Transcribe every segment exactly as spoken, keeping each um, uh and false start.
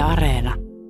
Areena.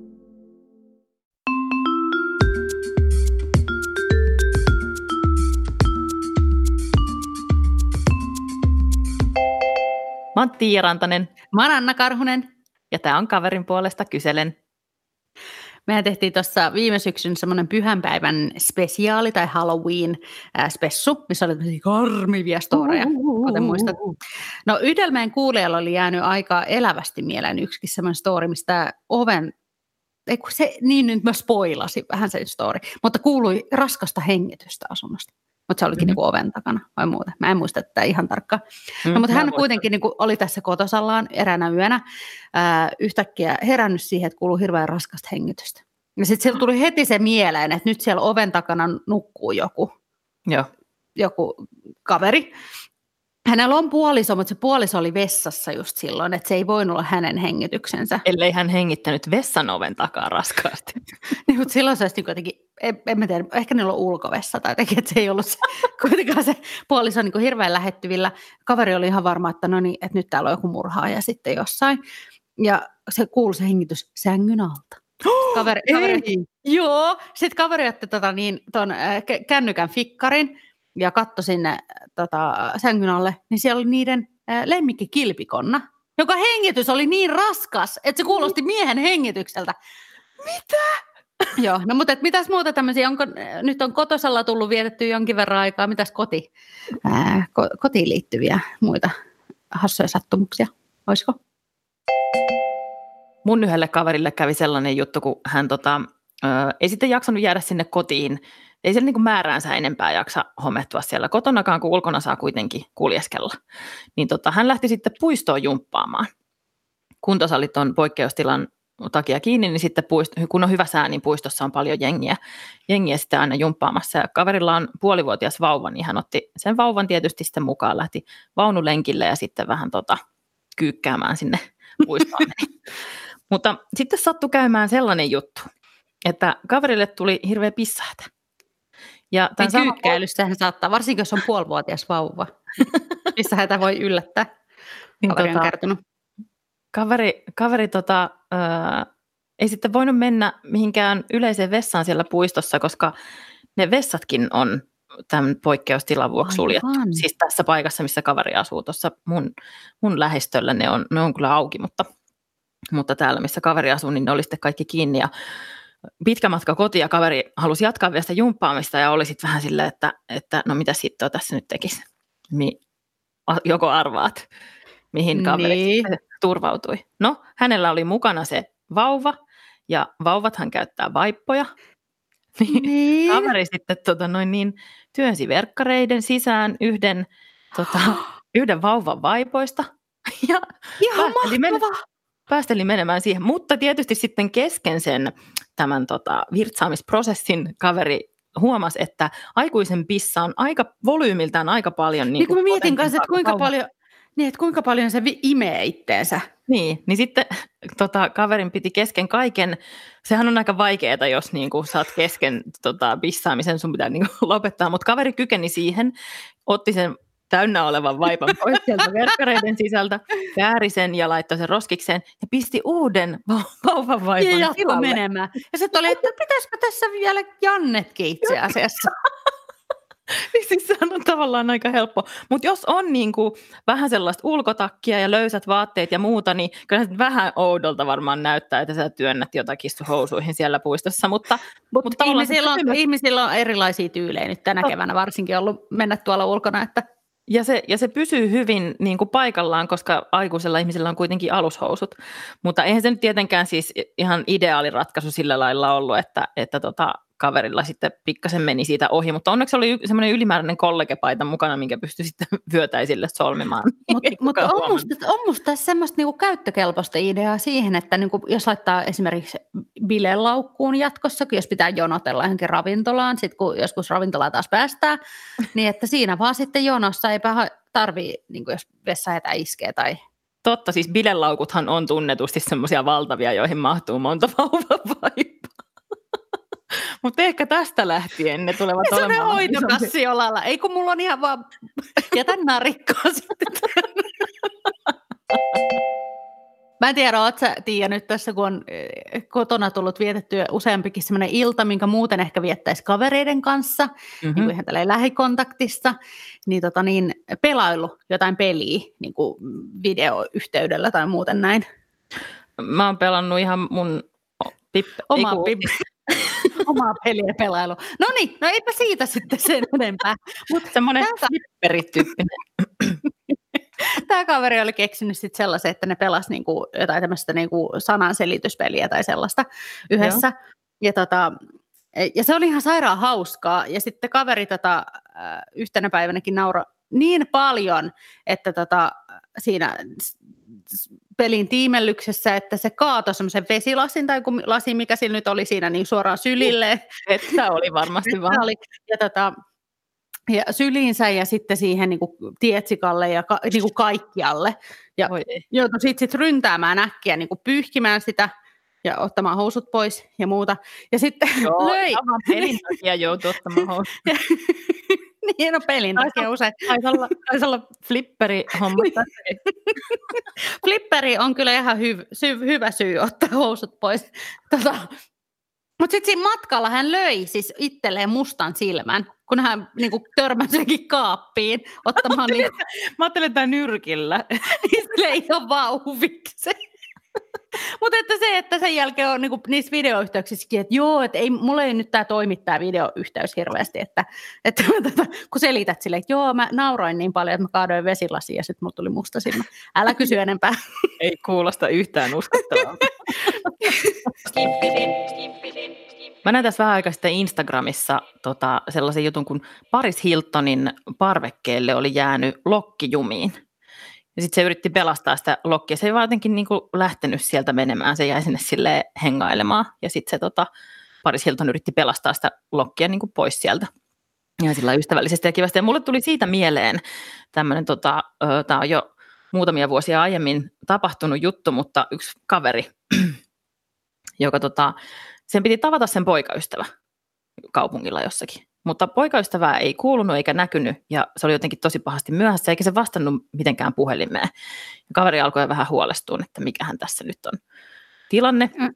Mä oon Tiia Rantanen. Mä oon Anna Karhunen. Ja tää on Kaverin puolesta kyselen. Mehän tehtiin tuossa viime syksyn semmoinen pyhänpäivän spesiaali tai Halloween äh, spessu, missä oli tämmöisiä karmivia storeja, kuten muistat. No yhdellä meidän kuulijalla oli jäänyt aika elävästi mieleen yksikin semmoinen story, mistä oven, ei kun se, niin nyt mä spoilasin vähän sen story, mutta kuului raskasta hengitystä asunnosta. Mutta se olikin mm-hmm. niinku oven takana vai muuta. Mä en muista tätä ihan tarkkaan. Mm, no, mutta hän kuitenkin niinku oli tässä kotosallaan eräänä yönä ää, yhtäkkiä herännyt siihen, että kuuluu hirveän raskasta hengitystä. Ja sitten sillä tuli heti se mieleen, että nyt siellä oven takana nukkuu joku, Joo. joku kaveri. Hänellä on puoliso, mutta se puoliso oli vessassa just silloin, että se ei voinut olla hänen hengityksensä. Ellei hän hengittänyt vessan oven takaa raskaasti. Niin, mutta silloin se olisi niin jotenkin, en, en mä tiedä, ehkä niillä on ulkovessa tai jotenkin, että se ei ollut se, kuitenkaan se puoliso niin kuin hirveän lähettyvillä. Kaveri oli ihan varma, että no niin, että nyt täällä on joku murhaaja sitten jossain. Ja se kuului se hengitys sängyn alta. Kaveri, kaveri, joo, sitten kaveri otti tota, niin, ton, äh, kännykän fikkarin ja katsoi sinne tota, sängyn alle, niin siellä oli niiden äh, lemmikkikilpikonna, joka hengitys oli niin raskas, että se kuulosti miehen hengitykseltä. Mitä? Joo, no mutta et mitäs muuta tämmöisiä, onko, nyt on kotosalla tullut vietetty jonkin verran aikaa, mitäs koti, ää, ko, kotiin liittyviä muita hassuja sattumuksia, olisiko? Mun yhdelle kaverille kävi sellainen juttu, kun hän tota, ö, ei sitten jaksanut jäädä sinne kotiin. Ei siellä niin määräänsä enempää jaksa homehtua siellä kotonakaan, kun ulkona saa kuitenkin kuljeskella. Niin tota, hän lähti sitten puistoon jumppaamaan. Kuntosalit on poikkeustilan takia kiinni, niin sitten puist- kun on hyvä sää, niin puistossa on paljon jengiä, jengiä sitten aina jumppaamassa. Ja kaverilla on puolivuotias vauva, niin hän otti sen vauvan tietysti sitten mukaan, lähti vaunulenkille ja sitten vähän tota, kyykkäämään sinne puistoon. Mutta sitten sattui käymään sellainen juttu, että kaverille tuli hirveä pissähtä. Ja tämän niin kyykkäilyssähän saattaa, varsinkin jos on puolivuotias vauva, missä häntä voi yllättää. Niin Kaveri tota, on kertonut. Kaveri, kaveri tota, ää, ei sitten voinut mennä mihinkään yleiseen vessaan siellä puistossa, koska ne vessatkin on tämän poikkeustilan vuoksi suljettu. Siis tässä paikassa, missä kaveri asuu, tuossa mun, mun lähistöllä, ne on, ne on kyllä auki, mutta, mutta täällä, missä kaveri asuu, niin ne oli sitten kaikki kiinni. Ja pitkä matka kotiin ja kaveri halusi jatkaa vielä sitä jumppaamista ja oli sitten vähän silleen, että, että no mitä sitten tässä nyt tekisi. Niin, joko arvaat, mihin kaveri niin turvautui. No, hänellä oli mukana se vauva ja vauvathan käyttää vaippoja. Niin. Kaveri sitten tota, noin niin, työnsi verkkareiden sisään yhden, tota, yhden vauvan vaipoista ja ihan päästeli, men- päästeli menemään siihen. Mutta tietysti sitten kesken sen tämän tota, virtsaamisprosessin kaveri huomasi, että aikuisen pissa on aika volyymiltään aika paljon. Niin, niin kun mä mietin kanssa, että kuinka paljon, niin, että kuinka paljon se imee itteensä. Niin, niin sitten tota, kaverin piti kesken kaiken, sehän on aika vaikeaa, jos niin kuin, saat kesken tota, pissaamisen, sun pitää niin kuin, lopettaa, mutta kaveri kykeni siihen, otti sen täynnä olevan vaipan pois sieltä verkkareiden sisältä, kääri sen ja laittoi sen roskikseen ja pisti uuden vauvan vaipan ja tilalle. Menemään. Ja sitten oli, että pitäisikö tässä vielä Jannetkin itse asiassa. Niin siis se on tavallaan aika helppo. Mutta jos on niinku vähän sellaista ulkotakkia ja löysät vaatteet ja muuta, niin kyllä se vähän oudolta varmaan näyttää, että sä työnnät jotakin housuihin siellä puistossa. Mutta, mutta, mutta ihmisillä, on, ihmisillä on erilaisia tyylejä nyt tänä keväänä varsinkin ollut mennä tuolla ulkona. Että... Ja, se, ja se pysyy hyvin niin kuin paikallaan, koska aikuisella ihmisellä on kuitenkin alushousut. Mutta eihän se nyt tietenkään siis ihan ideaali ratkaisu sillä lailla ollut, että, että tota, kaverilla sitten pikkasen meni siitä ohi, mutta onneksi oli semmoinen ylimääräinen kollegepaita mukana, minkä pystyi sitten vyötäisille solmimaan. Mutta mut on, musta, on musta tässä semmoista niinku käyttökelpoista ideaa siihen, että niinku, jos laittaa esimerkiksi bilelaukkuun jatkossa, jos pitää jonotella johonkin ravintolaan, sitten kun joskus ravintolaa taas päästään, niin että siinä vaan sitten jonossa ei tarvii, niinku jos vessahätä iskee tai... Totta, siis bilelaukuthan on tunnetusti semmoisia valtavia, joihin mahtuu monta vauvavaippaa. Mutta ehkä tästä lähtien ne tulevat ja olemaan. Se on hoitokassi olalla. Ei kun mulla on ihan vaan, jätän narikkoa sitten. Mä en tiedä, oot sä, Tiia, nyt tässä, kun on kotona tullut vietettyä useampikin sellainen ilta, minkä muuten ehkä viettäisi kavereiden kanssa, mm-hmm. niin kuin ihan tälleen lähikontaktissa, niin, tota, niin pelailu jotain peliä niin kuin videoyhteydellä tai muuten näin. Mä oon pelannut ihan mun pip... Omaa, Eiku... pip... Omaa peliä pelailu. No niin, no eipä siitä sitten sen enempää. Mutta semmoinen flipperityyppinen. Tämä kaveri oli keksinyt sitten sellaisen, että ne pelasivat niinku jotain tämmöistä niinku sananselityspeliä tai sellaista yhdessä. Ja, tota, ja se oli ihan sairaan hauskaa. Ja sitten kaveri tota, yhtenä päivänäkin nauroi niin paljon, että tota, siinä pelin tiimellyksessä, että se kaatoi semmoisen vesilasin tai lasin, mikä sillä nyt oli siinä, niin suoraan sylille. Että oli varmasti vaan. Oli. Ja tota, ja syliinsä ja sitten siihen niin kuin tietsikalle ja ka, niin kuin kaikkialle. Ja joutui sitten sit ryntäämään äkkiä, niin kuin pyyhkimään sitä ja ottamaan housut pois ja muuta. Ja sitten Joo, löi. Joo, pelin takia joutui ottamaan housut. Niin, no pelin takia usein. Taisi olla, taisi olla flipperi-homma. Flipperi on kyllä ihan hyv- sy- hyvä syy ottaa housut pois. Tota, mutta sitten siinä matkalla hän löi siis itselleen mustan silmän, kun hän niinku törmäsikin kaappiin ottamaan. Mä, niinku... Mä ajattelin, että nyrkillä. Niin sille ihan vauhvikse. Mutta että se, että sen jälkeen on niinku niissä videoyhteyksissäkin, että joo, että ei, mulla ei nyt tämä toimi tämä videoyhteys hirveästi, että, että tätä, kun selität silleen, että joo, mä nauroin niin paljon, että mä kaadoin vesilasiin ja sitten mulla tuli musta silmä. Älä kysy enempää. Ei kuulosta yhtään uskottavaa. Mä näin tässä vähän aikaa sitten Instagramissa tota, sellaisen jutun, kun Paris Hiltonin parvekkeelle oli jäänyt lokki jumiin. Ja sitten se yritti pelastaa sitä lokkia. Se ei vaan jotenkin niinku lähtenyt sieltä menemään. Se jäi sinne silleen hengailemaan. Ja sitten se tota, Paris Hilton yritti pelastaa sitä lokkia niinku pois sieltä. Ja sillä ystävällisesti ja kivasti. Ja mulle tuli siitä mieleen tämmöinen, tota, tämä on jo muutamia vuosia aiemmin tapahtunut juttu, mutta yksi kaveri, joka tota, sen piti tavata sen poikaystävä kaupungilla jossakin. Mutta poikaystävää ei kuulunut eikä näkynyt ja se oli jotenkin tosi pahasti myöhässä eikä se vastannut mitenkään puhelimeen. Ja kaveri alkoi vähän huolestua, että mikähän tässä nyt on tilanne. Mm.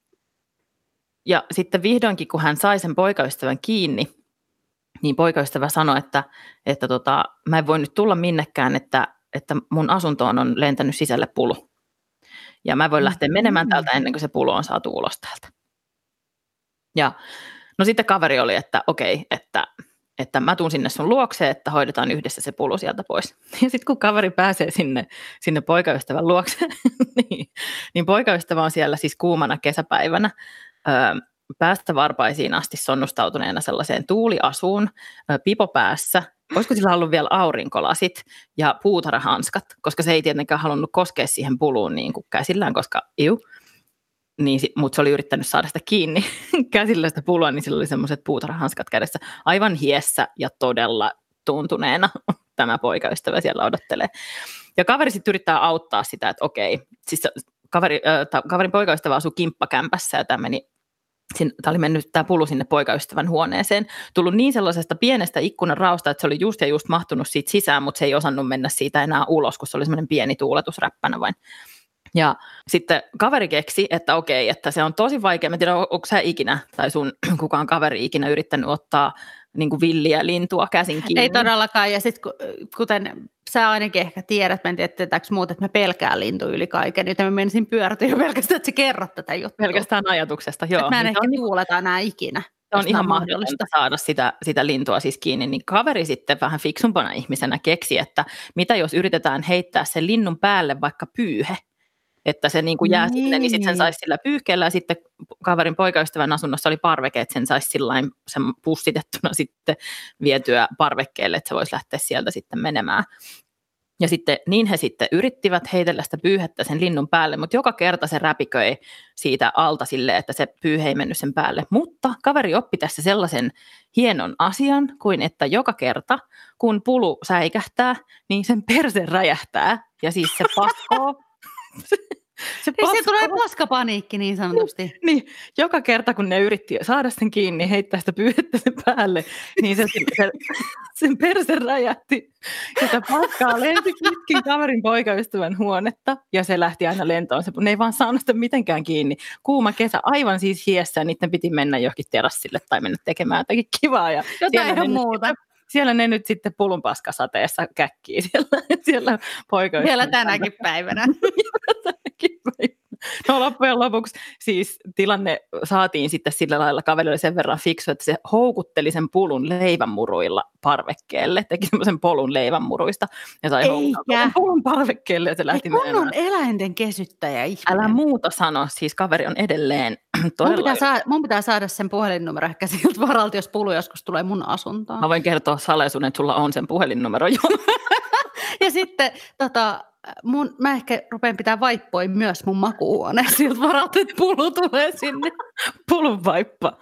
Ja sitten vihdoinkin, kun hän sai sen poikaystävän kiinni, niin poikaystävä sanoi, että, että tota, mä en voi nyt tulla minnekään, että, että mun asuntoon on lentänyt sisälle pulu. Ja mä en voi lähteä menemään täältä ennen kuin se pulu on saatu ulos täältä. Ja no sitten kaveri oli, että okei, että, että mä tuun sinne sun luokse, että hoidetaan yhdessä se pulu sieltä pois. Ja sitten kun kaveri pääsee sinne, sinne poikaystävän luokse, niin, niin poikaystävä on siellä siis kuumana kesäpäivänä ö, päästä varpaisiin asti sonnustautuneena sellaiseen tuuliasuun, ö, pipo päässä. Olisiko sillä ollut vielä aurinkolasit ja puutarhanskat, koska se ei tietenkään halunnut koskea siihen puluun niin kuin käsillään, koska iu. Niin, mutta se oli yrittänyt saada sitä kiinni käsillä sitä pulua, niin sillä oli semmoiset puutarhanskat kädessä. Aivan hiessä ja todella tuntuneena tämä poikaystävä siellä odottelee. Ja kaveri sitten yrittää auttaa sitä, että okei, siis kaveri, äh, kaverin poikaystävä asui kimppakämpässä ja tämä meni, tämä oli mennyt tämä pulu sinne poikaystävän huoneeseen, tullut niin sellaisesta pienestä ikkunan raosta, että se oli just ja just mahtunut siitä sisään, mutta se ei osannut mennä siitä enää ulos, kun se oli semmoinen pieni tuuletusräppänä vain. Ja sitten kaveri keksi, että okei, että se on tosi vaikea. Mä tiedän, onko sä ikinä tai sun kukaan kaveri ikinä yrittänyt ottaa niin kuin villiä lintua käsin kiinni? Ei todellakaan. Ja sitten kuten sä ainakin ehkä tiedät, mä en tiedä, tietääkö muuta, että mä pelkään lintu yli kaiken. Nyt mä menisin pyörtyä jo pelkästään, että sä kerrot tätä juttua. Pelkästään ajatuksesta, joo. Että mä en niin ehkä tuuleta enää ikinä. Se on ihan mahdollista saada sitä, sitä lintua siis kiinni, niin kaveri sitten vähän fiksumpana ihmisenä keksi, että mitä jos yritetään heittää sen linnun päälle vaikka pyyhe, että se niin kuin jää niin sinne, niin sitten sen saisi sillä pyyhkeellä ja sitten kaverin poikaystävän asunnossa oli parveke, että sen saisi sillain sen pussitettuna sitten vietyä parvekkeelle, että se voisi lähteä sieltä sitten menemään. Ja sitten niin he sitten yrittivät heitellä sitä pyyhettä sen linnun päälle, mutta joka kerta se räpiköi siitä alta silleen, että se pyyhe ei mennyt sen päälle. Mutta kaveri oppi tässä sellaisen hienon asian, kuin että joka kerta, kun pulu säikähtää, niin sen perse räjähtää ja siis se paskoo. Se, paska... se tulee paskapaniikki niin sanotusti. Niin, joka kerta kun ne yritti saada sen kiinni, heittää sitä pyyhettä sen päälle, niin se, se, sen perse räjähti. Ja sitä paskaa lensi pitkin kaverin poikaystävän huonetta ja se lähti aina lentoon. Se, ne ei vaan saanut sitä mitenkään kiinni. Kuuma kesä, aivan siis hiessä, niiden piti mennä johonkin terassille tai mennä tekemään jotakin kivaa. Ja jotain ihan muuta. Nyt, siellä ne nyt sitten pulunpaskasateessa käkkii siellä, siellä poikaystävän. Vielä tänäkin päivänä. No loppujen lopuksi siis tilanne saatiin sitten sillä lailla, kaveri oli sen verran fiksu, että se houkutteli sen pulun leivänmuruilla parvekkeelle, teki semmoisen polun leivänmuruista ja sai houkuttaa pulun parvekkeelle ja se lähti menemään. Kun on eläinten kesyttäjä ihminen. Älä muuta sano, siis kaveri on edelleen mun pitää, saada, mun pitää saada sen puhelinnumero ehkä siltä varalta, jos pulu joskus tulee mun asuntoon. Mä voin kertoa salaisuuden, että sulla on sen puhelinnumero jo. Ja sitten tota... Mun, mä ehkä rupean pitää vaippoja myös mun makuuhuoneen siltä varalta, että pulu tulee sinne. Pulun vaippa.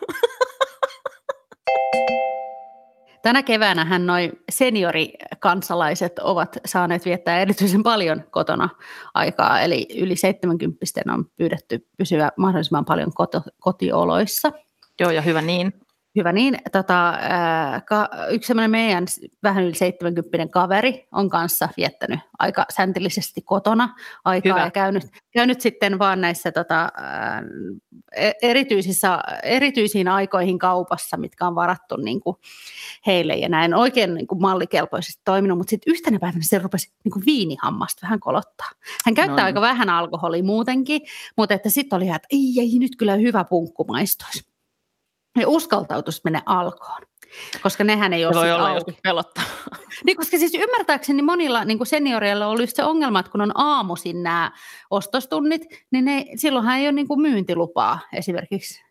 Tänä keväänähän noi seniorikansalaiset ovat saaneet viettää erityisen paljon kotona aikaa, eli yli seitsemänkymppisten on pyydetty pysyä mahdollisimman paljon koto, kotioloissa. Joo, ja hyvä niin. Hyvä niin. Tota, ää, ka, yksi semmoinen meidän vähän yli seitsemänkymppinen kaveri on kanssa viettänyt aika säntillisesti kotona aikaa hyvä. Ja käynyt, käynyt sitten vaan näissä tota, ää, erityisissä, erityisiin aikoihin kaupassa, mitkä on varattu niin kuin heille ja näin oikein niin kuin mallikelpoisesti toiminut, mutta sitten yhtenä päivänä se rupesi niin kuin viinihammasta vähän kolottaa. Hän käyttää no. aika vähän alkoholia muutenkin, mutta että sitten oli, että ei, ei nyt kyllä hyvä punkku maistoisi. Ne uskaltautuisi mennä Alkoon, koska nehän ei ole voi olla auki. Joskus pelottaa. Niin, koska siis ymmärtääkseni monilla niin kuin senioreilla on ollut se ongelma, että kun on aamuisin nämä ostostunnit, niin ne, silloinhan ei ole niin kuin myyntilupaa esimerkiksi.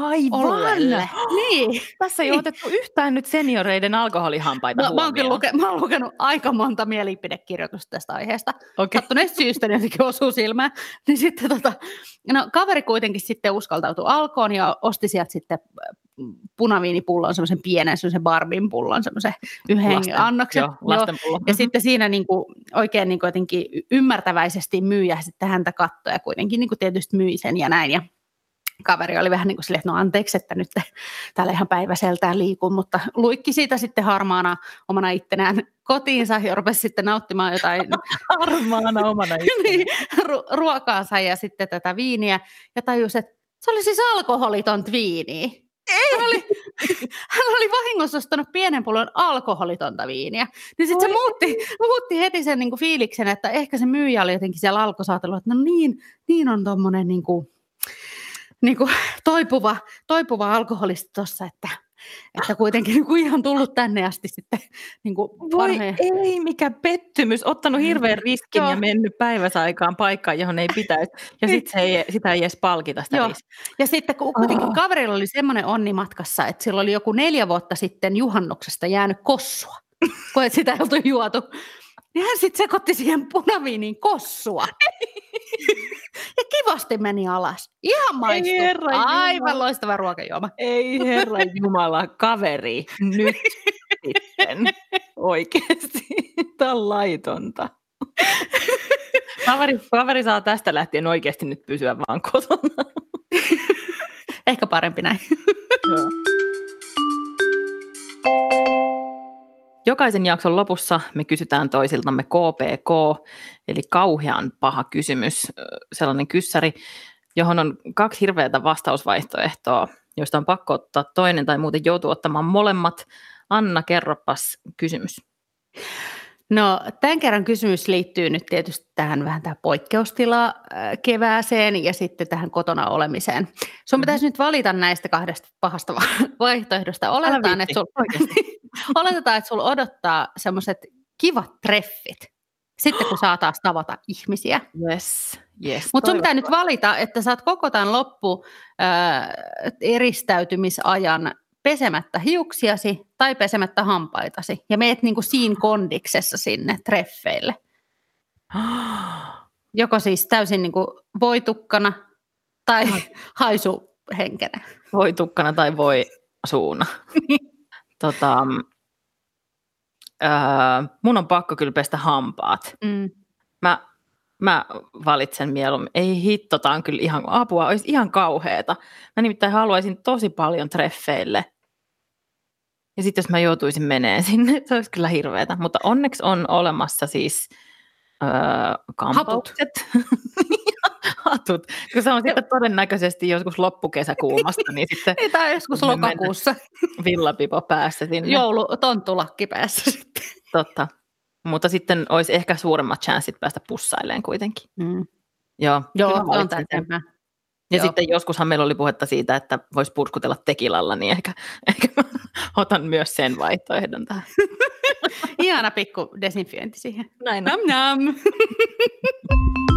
Aivan! Niin. Tässä ei niin. otettu yhtään nyt senioreiden alkoholihampaita no, huomioon. Mä oon, luke, mä oon lukenut aika monta mielipidekirjoitusta tästä aiheesta. Okay. Sattuneesta syystä, niin jotenkin osuu silmään. Niin sitten tota, no, kaveri kuitenkin sitten uskaltautui Alkoon ja osti sieltä sitten punaviinipullon, semmoisen pienen, semmoisen Barbin pullon, semmoisen yhden lasten, annoksen. Joo, lastenpullon. Ja sitten siinä niin kuin, oikein niin kuin jotenkin ymmärtäväisesti myyjä sitten häntä kattoi ja kuitenkin niin kuin tietysti myi sen ja näin. Ja kaveri oli vähän niin kuin silleen, että no anteeksi, että nyt täällä ihan päiväseltään liikun, mutta luikki siitä sitten harmaana omana ittenään kotiinsa ja rupesi sitten nauttimaan jotain harmaana omana niin, ru- ruokaansa ja sitten tätä viiniä ja tajusi, että se oli siis alkoholitonta viiniä. Hän oli, hän oli vahingossa ostanut pienen pullon alkoholitonta viiniä. Niin sitten se muutti, muutti heti sen niin kuin fiiliksen, että ehkä se myyjä oli jotenkin siellä alkosaatellut, että no niin, niin on tommonen niin kuin Niin kuin toipuva, toipuva alkoholisti tuossa, että, että kuitenkin niin kuin ihan tullut tänne asti sitten. Niin kuin Voi parheen. Ei, mikä pettymys. Ottanut hirveän riskin ja mennyt päiväsaikaan paikkaan, johon ei pitäisi. Ja sitten ei, sitä ei edes palkita sitä riskiä. Ja sitten kun kuitenkin oh. kaverilla oli semmoinen onni matkassa, että sillä oli joku neljä vuotta sitten juhannuksesta jäänyt kossua, kun sitä ei oltu juotu. Niin hän sitten sekoitti siihen punaviiniin kossua. Ja kivasti meni alas. Ihan maistui. Aivan loistava ruokajuoma. Ei herra jumala, kaveri, nyt sitten. Oikeasti. Tämä on laitonta. Kaveri, kaveri saa tästä lähtien oikeasti nyt pysyä vaan kotona. Ehkä parempi näin. Joo. Jokaisen jakson lopussa me kysytään toisiltamme K P K, eli kauhean paha kysymys, sellainen kyssäri, johon on kaksi hirveätä vastausvaihtoehtoa, joista on pakko ottaa toinen tai muuten joutuu ottamaan molemmat. Anna, kerropas kysymys. No, tämän kerran kysymys liittyy nyt tietysti tähän vähän tähän poikkeustila kevääseen ja sitten tähän kotona olemiseen. Sun pitäisi mm-hmm. nyt valita näistä kahdesta pahasta vaihtoehdosta. Oletetaan, että sul, oletetaan, että sul odottaa semmoiset kivat treffit, sitten kun saa taas tavata ihmisiä. Yes, yes. Mutta sun pitää nyt valita, että saat koko tämän loppu äh, eristäytymisajan pesemättä hiuksiasi tai pesemättä hampaitasi ja meet niinku siinä kondiksessa sinne treffeille. Joko siis täysin niinku voitukkana tai haisuhenkenen. Voitukkana tai voi suuna. tota, äh, mun on pakko kyllä pestä hampaat. Mm. Mä mä valitsen mieluummin. Ei hitto, tää on kyllä ihan apua, olisi ihan kauheeta. Mä nimittäin haluaisin tosi paljon treffeille. Ja sitten jos mä joutuisin menee sinne, se olisi kyllä hirveetä. Mutta onneksi on olemassa siis öö, kampaukset. Hatut. Kun se on sitten todennäköisesti joskus loppukesäkuumasta, niin sitten... Ei, tai joskus lokakuussa. Villapipo päässä sinne. Joulu, tonttulakki päässä sitten. Totta. Mutta sitten olisi ehkä suuremmat chanssit päästä pussailemaan kuitenkin. Mm. Joo, Joo, on tärkeämpää. Ja Joo. sitten joskushan meillä oli puhetta siitä, että voisi purskutella tekilalla, niin ehkä, ehkä mä otan myös sen vaihtoehdon tähän. Ihana pikku desinfiointi siihen. Näin on. Nam nam.